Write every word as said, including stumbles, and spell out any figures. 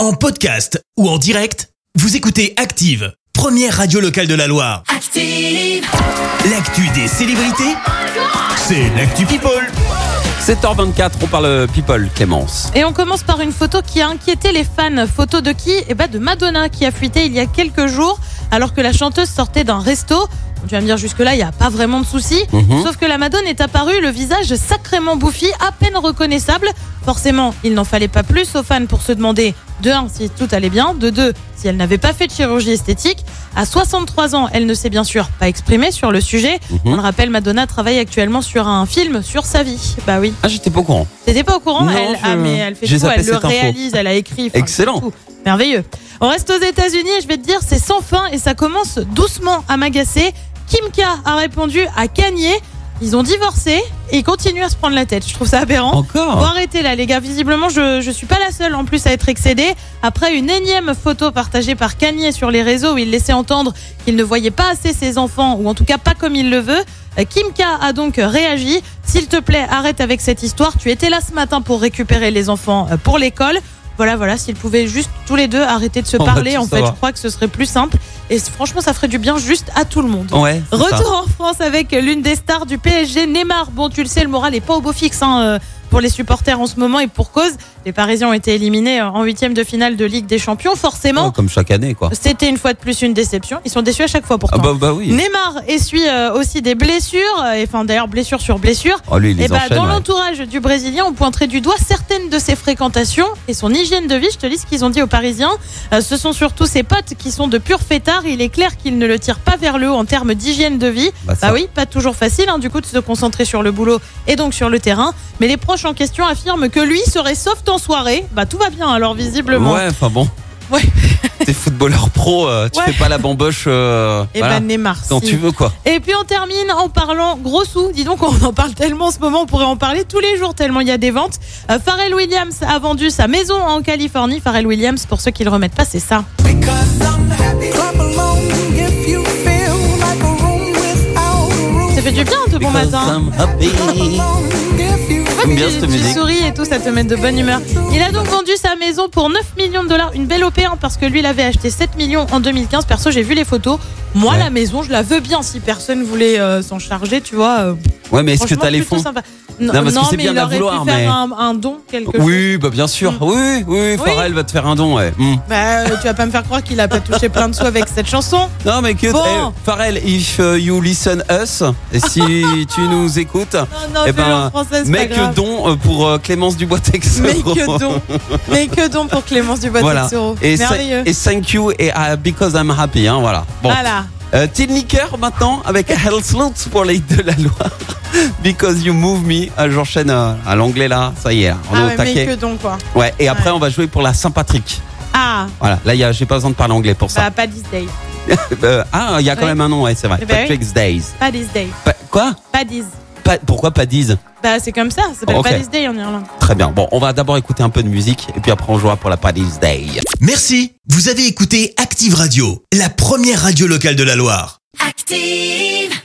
En podcast ou en direct, vous écoutez Active, première radio locale de la Loire. Active! L'actu des célébrités, c'est l'actu People. sept heures vingt-quatre, on parle people, Clémence. Et on commence par une photo qui a inquiété les fans. Photo de qui ? Eh ben de Madonna, qui a fuité il y a quelques jours alors que la chanteuse sortait d'un resto. Tu vas me dire, jusque-là, il n'y a pas vraiment de souci. Mmh. Sauf que la Madone est apparue, le visage sacrément bouffi, à peine reconnaissable. Forcément, il n'en fallait pas plus aux fans pour se demander, de un, si tout allait bien, de deux, si elle n'avait pas fait de chirurgie esthétique. À soixante-trois ans, elle ne s'est bien sûr pas exprimée sur le sujet. Mmh. On le rappelle, Madonna travaille actuellement sur un film sur sa vie. Bah oui. Ah, j'étais pas au courant. T'étais pas au courant ? Non, elle, je... Ah, mais elle fait J'ai tout, elle le info. réalise, elle a écrit. Excellent. Tout. Merveilleux. On reste aux États-Unis et je vais te dire, c'est sans fin et ça commence doucement à m'agacer. Kim K a répondu à Kanye. Ils ont divorcé et ils continuent à se prendre la tête. Je trouve ça aberrant. Encore ? Faut arrêter là, les gars. Visiblement, je je suis pas la seule en plus à être excédée. Après une énième photo partagée par Kanye sur les réseaux où il laissait entendre qu'il ne voyait pas assez ses enfants, ou en tout cas pas comme il le veut, Kim K a donc réagi. S'il te plaît, arrête avec cette histoire. Tu étais là ce matin pour récupérer les enfants pour l'école. Voilà, voilà, s'ils pouvaient juste tous les deux arrêter de se On parler, en fait, savoir. je crois que ce serait plus simple. Et franchement, ça ferait du bien juste à tout le monde. Ouais. Retour en France avec l'une des stars du P S G, Neymar. Bon, tu le sais, le moral est pas au beau fixe hein, euh, pour les supporters en ce moment et pour cause. Les Parisiens ont été éliminés en huitième de finale de Ligue des Champions. Forcément, Oh, comme chaque année, quoi. c'était une fois de plus une déception. Ils sont déçus à chaque fois pourtant. Ah bah, bah oui. Neymar essuie euh, aussi des blessures, euh, enfin d'ailleurs blessure sur blessure. Oh, lui, il les Et bah, enchaîne, dans ouais. l'entourage du Brésilien, on pointerait du doigt certaines de ses fréquentations et son hygiène de vie. Je te lis ce qu'ils ont dit aux Parisiens. Euh, ce sont surtout ses potes qui sont de purs fêtards. Il est clair qu'ils ne le tirent pas vers le haut en termes d'hygiène de vie. Bah, ça. Bah oui, pas toujours facile hein, du coup de se concentrer sur le boulot et donc sur le terrain. Mais les proches en question affirment que lui serait soft en soirée. Bah tout va bien alors visiblement. Ouais, enfin bon. Ouais. T'es footballeur pro, euh, tu Ouais. fais pas la bamboche. Euh, Et voilà. ben Neymar. Quand si. tu veux, quoi. Et puis on termine en parlant gros sous. Dis donc, on en parle tellement en ce moment, on pourrait en parler tous les jours tellement il y a des ventes. Euh, Pharrell Williams a vendu sa maison en Californie. Pharrell Williams, pour ceux qui le remettent pas, c'est ça. Ça fait du bien de bon matin. J'aime bien tu, cette tu musique. souris et tout, ça te met de bonne humeur. Il a donc vendu sa maison pour neuf millions de dollars. Une belle O P hein, parce que lui, il avait acheté sept millions en deux mille quinze. Perso, j'ai vu les photos. Moi, Ouais. la maison, je la veux bien. Si personne voulait euh, s'en charger, tu vois. Euh, Ouais, mais est-ce que franchement, t'as les plutôt fonds ? sympa. Non, parce que c'est mais bien il de la aurait vouloir, pu faire mais- un, un don, quelque chose. Oui, bah bien sûr. Mm. Oui, oui, oui, Oui. Pharrell va te faire un don, ouais. Mm. Bah, euh, tu vas pas me faire croire qu'il a pas touché plein de sous avec cette chanson. Non, mais que Bon. eh, Pharrell, if uh, you listen us, et si tu nous écoutes, Non, non, eh fais-le en ben, français, c'est mec pas grave. don euh, pour euh, Clémence Dubois-Texero. Mais que don. Mais que don pour Clémence Voilà. Dubois-Texero. Et, sa- Merveilleux. et thank you et uh, because I'm happy, hein, voilà. Bon. Voilà. Euh, Till Nicker maintenant avec Hellslot pour les de la Loire. Because you move me. Ah, j'enchaîne euh, à l'anglais là, ça y est, on Ah est au ouais, mais taquet. que don, quoi. Ouais, et après Ouais. on va jouer pour la Saint-Patrick. Ah, Voilà, là y a, j'ai pas besoin de parler anglais pour ça. bah, pas this day. Euh, ah, il y a quand Oui. même un nom, ouais, c'est vrai. Eh ben oui. Patrick's Days. Pas this day. Pa- quoi Pas this. Pa- Pourquoi pas Diz? Bah, c'est comme ça. Ça s'appelle Ok. pas this day en Irlande. Très bien. Bon, on va d'abord écouter un peu de musique et puis après on jouera pour la Paddy's Day. Merci, vous avez écouté Active Radio, la première radio locale de la Loire. Active.